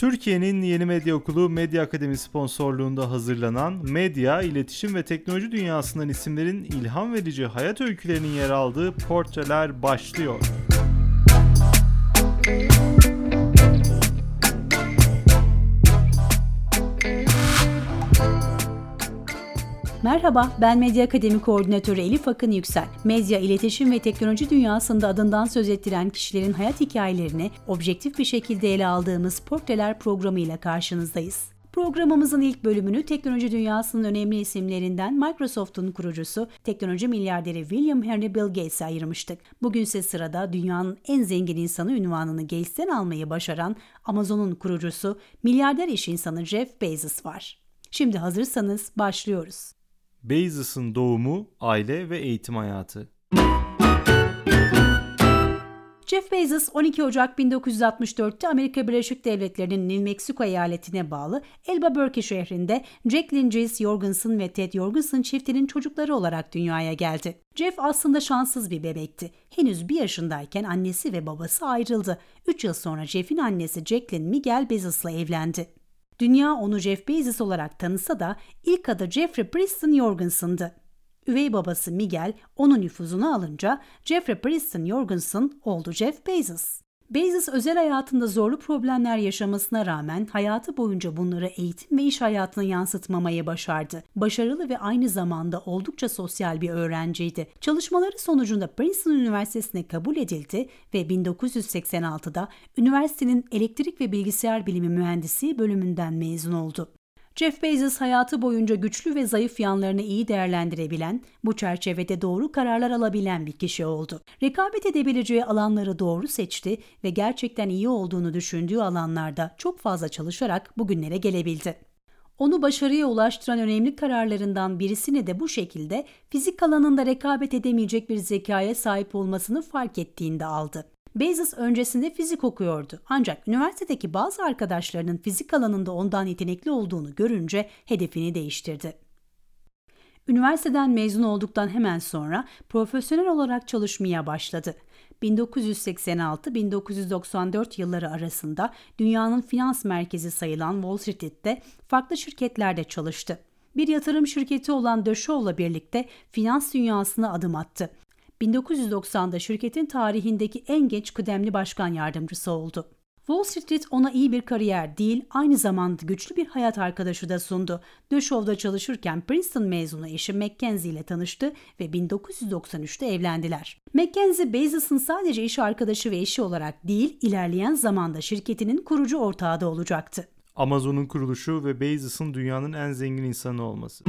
Türkiye'nin Yeni Medya Okulu Medya Akademi sponsorluğunda hazırlanan medya, iletişim ve teknoloji dünyasından isimlerin ilham verici hayat öykülerinin yer aldığı portreler başlıyor. Merhaba, ben Medya Akademi Koordinatörü Elif Akın Yüksel. Medya, iletişim ve teknoloji dünyasında adından söz ettiren kişilerin hayat hikayelerini objektif bir şekilde ele aldığımız Portreler programıyla karşınızdayız. Programımızın ilk bölümünü teknoloji dünyasının önemli isimlerinden Microsoft'un kurucusu, teknoloji milyarderi William Henry Bill Gates'e ayırmıştık. Bugünse sırada dünyanın en zengin insanı unvanını Gates'ten almayı başaran Amazon'un kurucusu, milyarder iş insanı Jeff Bezos var. Şimdi hazırsanız başlıyoruz. Bezos'un doğumu, aile ve eğitim hayatı. Jeff Bezos 12 Ocak 1964'te Amerika Birleşik Devletleri'nin New Mexico eyaletine bağlı Albuquerque şehrinde Jacqueline Joyce Jorgensen ve Ted Jorgensen çiftinin çocukları olarak dünyaya geldi. Jeff aslında şanssız bir bebekti. Henüz 1 yaşındayken annesi ve babası ayrıldı. 3 yıl sonra Jeff'in annesi Jacqueline Miguel Bezos'la evlendi. Dünya onu Jeff Bezos olarak tanısa da ilk adı Jeffrey Preston Jorgensen'dı. Üvey babası Miguel onun nüfuzunu alınca Jeffrey Preston Jorgensen oldu Jeff Bezos. Bezos özel hayatında zorlu problemler yaşamasına rağmen hayatı boyunca bunları eğitim ve iş hayatına yansıtmamayı başardı. Başarılı ve aynı zamanda oldukça sosyal bir öğrenciydi. Çalışmaları sonucunda Princeton Üniversitesi'ne kabul edildi ve 1986'da üniversitenin elektrik ve bilgisayar bilimi mühendisliği bölümünden mezun oldu. Jeff Bezos hayatı boyunca güçlü ve zayıf yanlarını iyi değerlendirebilen, bu çerçevede doğru kararlar alabilen bir kişi oldu. Rekabet edebileceği alanları doğru seçti ve gerçekten iyi olduğunu düşündüğü alanlarda çok fazla çalışarak bugünlere gelebildi. Onu başarıya ulaştıran önemli kararlarından birisini de bu şekilde fizik alanında rekabet edemeyecek bir zekaya sahip olmasını fark ettiğinde aldı. Bezos öncesinde fizik okuyordu ancak üniversitedeki bazı arkadaşlarının fizik alanında ondan yetenekli olduğunu görünce hedefini değiştirdi. Üniversiteden mezun olduktan hemen sonra profesyonel olarak çalışmaya başladı. 1986-1994 yılları arasında dünyanın finans merkezi sayılan Wall Street'te farklı şirketlerde çalıştı. Bir yatırım şirketi olan The Shaw'la birlikte finans dünyasına adım attı. 1990'da şirketin tarihindeki en genç kıdemli başkan yardımcısı oldu. Wall Street ona iyi bir kariyer değil, aynı zamanda güçlü bir hayat arkadaşı da sundu. The Shaw'da çalışırken Princeton mezunu eşi Mackenzie ile tanıştı ve 1993'te evlendiler. Mackenzie, Bezos'un sadece iş arkadaşı ve eşi olarak değil, ilerleyen zamanda şirketinin kurucu ortağı da olacaktı. Amazon'un kuruluşu ve Bezos'un dünyanın en zengin insanı olması.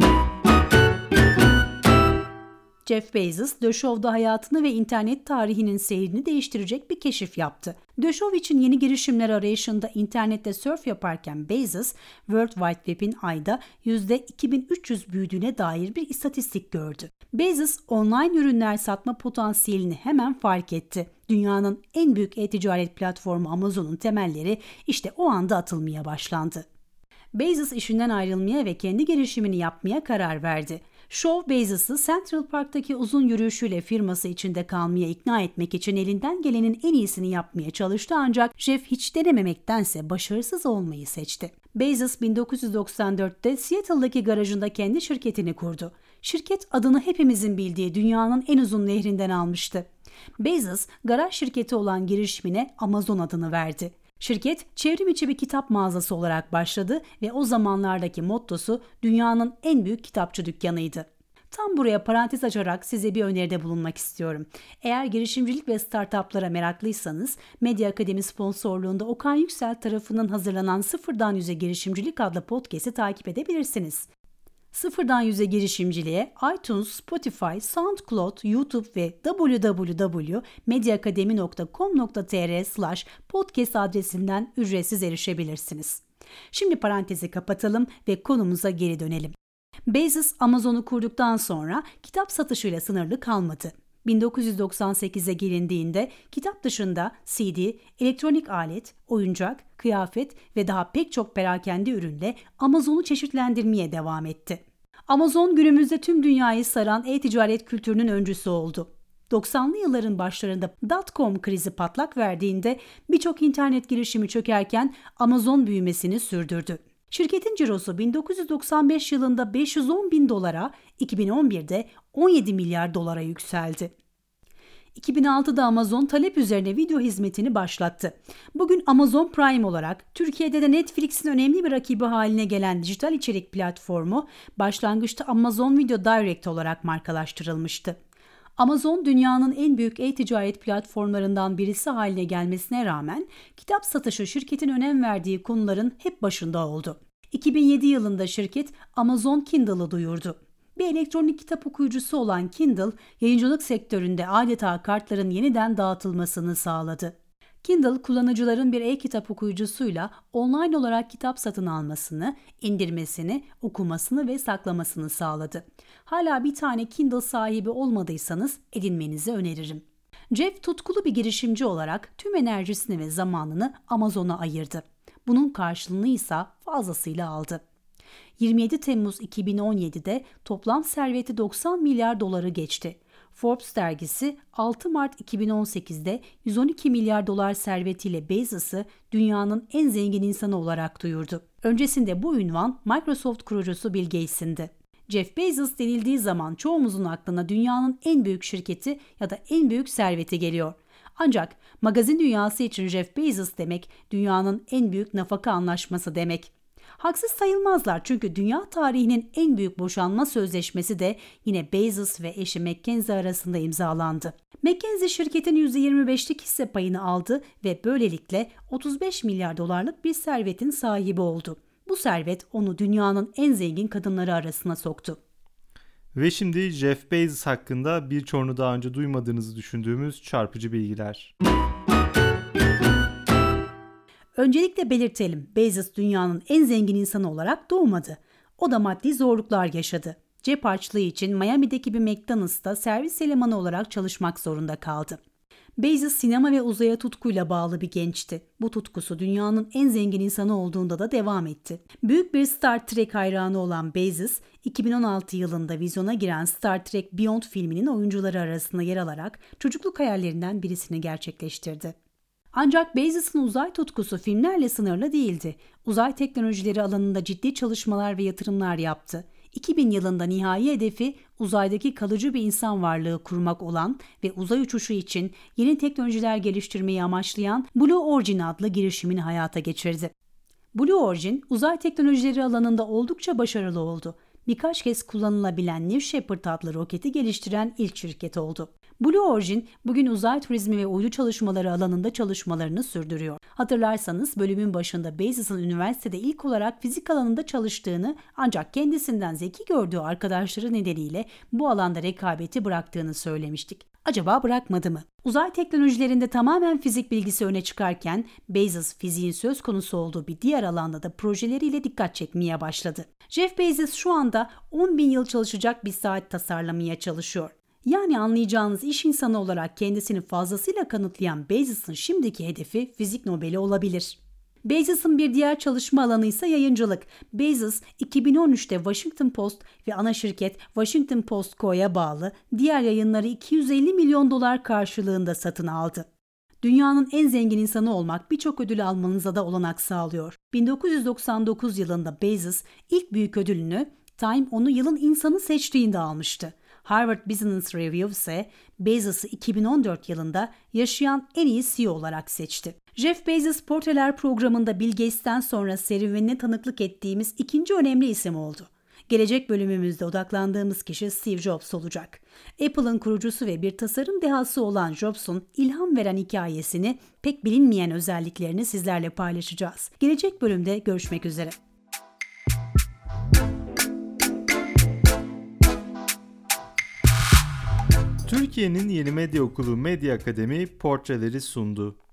Jeff Bezos, The Shaw'da hayatını ve internet tarihinin seyrini değiştirecek bir keşif yaptı. The Shaw için yeni girişimler arayışında internette surf yaparken Bezos, World Wide Web'in ayda %2300 büyüdüğüne dair bir istatistik gördü. Bezos, online ürünler satma potansiyelini hemen fark etti. Dünyanın en büyük e-ticaret platformu Amazon'un temelleri işte o anda atılmaya başlandı. Bezos işinden ayrılmaya ve kendi girişimini yapmaya karar verdi. Shaw, Bezos'u Central Park'taki uzun yürüyüşüyle firması içinde kalmaya ikna etmek için elinden gelenin en iyisini yapmaya çalıştı ancak Jeff hiç denememektense başarısız olmayı seçti. Bezos 1994'te Seattle'daki garajında kendi şirketini kurdu. Şirket adını hepimizin bildiği dünyanın en uzun nehrinden almıştı. Bezos, garaj şirketi olan girişimine Amazon adını verdi. Şirket çevrim içi bir kitap mağazası olarak başladı ve o zamanlardaki mottosu dünyanın en büyük kitapçı dükkanıydı. Tam buraya parantez açarak size bir öneride bulunmak istiyorum. Eğer girişimcilik ve startuplara meraklıysanız Medya Akademi sponsorluğunda Okan Yüksel tarafından hazırlanan Sıfırdan Yüze Girişimcilik adlı podcast'i takip edebilirsiniz. Sıfırdan Yüze Girişimciliğe iTunes, Spotify, SoundCloud, YouTube ve www.mediaakademi.com.tr/podcast adresinden ücretsiz erişebilirsiniz. Şimdi parantezi kapatalım ve konumuza geri dönelim. Bezos Amazon'u kurduktan sonra kitap satışıyla sınırlı kalmadı. 1998'e gelindiğinde kitap dışında CD, elektronik alet, oyuncak, kıyafet ve daha pek çok perakende ürünle Amazon'u çeşitlendirmeye devam etti. Amazon günümüzde tüm dünyayı saran e-ticaret kültürünün öncüsü oldu. 90'lı yılların başlarında dot-com krizi patlak verdiğinde birçok internet girişimi çökerken Amazon büyümesini sürdürdü. Şirketin cirosu 1995 yılında 510 bin dolara, 2011'de 17 milyar dolara yükseldi. 2006'da Amazon talep üzerine video hizmetini başlattı. Bugün Amazon Prime olarak Türkiye'de de Netflix'in önemli bir rakibi haline gelen dijital içerik platformu başlangıçta Amazon Video Direct olarak markalaştırılmıştı. Amazon dünyanın en büyük e-ticaret platformlarından birisi haline gelmesine rağmen kitap satışı şirketin önem verdiği konuların hep başında oldu. 2007 yılında şirket Amazon Kindle'ı duyurdu. Bir elektronik kitap okuyucusu olan Kindle, yayıncılık sektöründe adeta kartların yeniden dağıtılmasını sağladı. Kindle, kullanıcıların bir e-kitap okuyucusuyla online olarak kitap satın almasını, indirmesini, okumasını ve saklamasını sağladı. Hala bir tane Kindle sahibi olmadıysanız edinmenizi öneririm. Jeff tutkulu bir girişimci olarak tüm enerjisini ve zamanını Amazon'a ayırdı. Bunun karşılığını ise fazlasıyla aldı. 27 Temmuz 2017'de toplam serveti 90 milyar doları geçti. Forbes dergisi 6 Mart 2018'de 112 milyar dolar servetiyle Bezos'u dünyanın en zengin insanı olarak duyurdu. Öncesinde bu ünvan Microsoft kurucusu Bill Gates'indi. Jeff Bezos denildiği zaman çoğumuzun aklına dünyanın en büyük şirketi ya da en büyük serveti geliyor. Ancak magazin dünyası için Jeff Bezos demek dünyanın en büyük nafaka anlaşması demek. Haksız sayılmazlar çünkü dünya tarihinin en büyük boşanma sözleşmesi de yine Bezos ve eşi Mackenzie arasında imzalandı. Mackenzie şirketin %25'lik hisse payını aldı ve böylelikle 35 milyar dolarlık bir servetin sahibi oldu. Bu servet onu dünyanın en zengin kadınları arasına soktu. Ve şimdi Jeff Bezos hakkında birçoğunu daha önce duymadığınızı düşündüğümüz çarpıcı bilgiler. Öncelikle belirtelim, Bezos dünyanın en zengin insanı olarak doğmadı. O da maddi zorluklar yaşadı. Cep harçlığı için Miami'deki bir McDonald's'ta servis elemanı olarak çalışmak zorunda kaldı. Bezos sinema ve uzaya tutkuyla bağlı bir gençti. Bu tutkusu dünyanın en zengin insanı olduğunda da devam etti. Büyük bir Star Trek hayranı olan Bezos, 2016 yılında vizyona giren Star Trek Beyond filminin oyuncuları arasında yer alarak çocukluk hayallerinden birisini gerçekleştirdi. Ancak Bezos'un uzay tutkusu filmlerle sınırlı değildi. Uzay teknolojileri alanında ciddi çalışmalar ve yatırımlar yaptı. 2000 yılında nihai hedefi uzaydaki kalıcı bir insan varlığı kurmak olan ve uzay uçuşu için yeni teknolojiler geliştirmeyi amaçlayan Blue Origin adlı girişimini hayata geçirdi. Blue Origin, uzay teknolojileri alanında oldukça başarılı oldu. Birkaç kez kullanılabilen New Shepard adlı roketi geliştiren ilk şirket oldu. Blue Origin bugün uzay turizmi ve uydu çalışmaları alanında çalışmalarını sürdürüyor. Hatırlarsanız bölümün başında Bezos'un üniversitede ilk olarak fizik alanında çalıştığını ancak kendisinden zeki gördüğü arkadaşları nedeniyle bu alanda rekabeti bıraktığını söylemiştik. Acaba bırakmadı mı? Uzay teknolojilerinde tamamen fizik bilgisi öne çıkarken Bezos fiziğin söz konusu olduğu bir diğer alanda da projeleriyle dikkat çekmeye başladı. Jeff Bezos şu anda 10.000 yıl çalışacak bir saat tasarlamaya çalışıyor. Yani anlayacağınız iş insanı olarak kendisini fazlasıyla kanıtlayan Bezos'un şimdiki hedefi fizik Nobel'i olabilir. Bezos'un bir diğer çalışma alanı ise yayıncılık. Bezos 2013'te Washington Post ve ana şirket Washington Post Co.'ya bağlı diğer yayınları 250 milyon dolar karşılığında satın aldı. Dünyanın en zengin insanı olmak birçok ödül almanıza da olanak sağlıyor. 1999 yılında Bezos ilk büyük ödülünü Time onu yılın insanı seçtiğinde almıştı. Harvard Business Review ise Bezos'u 2014 yılında yaşayan en iyi CEO olarak seçti. Jeff Bezos Portreler programında Bill Gates'ten sonra serüvenine tanıklık ettiğimiz ikinci önemli isim oldu. Gelecek bölümümüzde odaklandığımız kişi Steve Jobs olacak. Apple'ın kurucusu ve bir tasarım dehası olan Jobs'un ilham veren hikayesini, pek bilinmeyen özelliklerini sizlerle paylaşacağız. Gelecek bölümde görüşmek üzere. Türkiye'nin yeni medya okulu Medya Akademi portreleri sundu.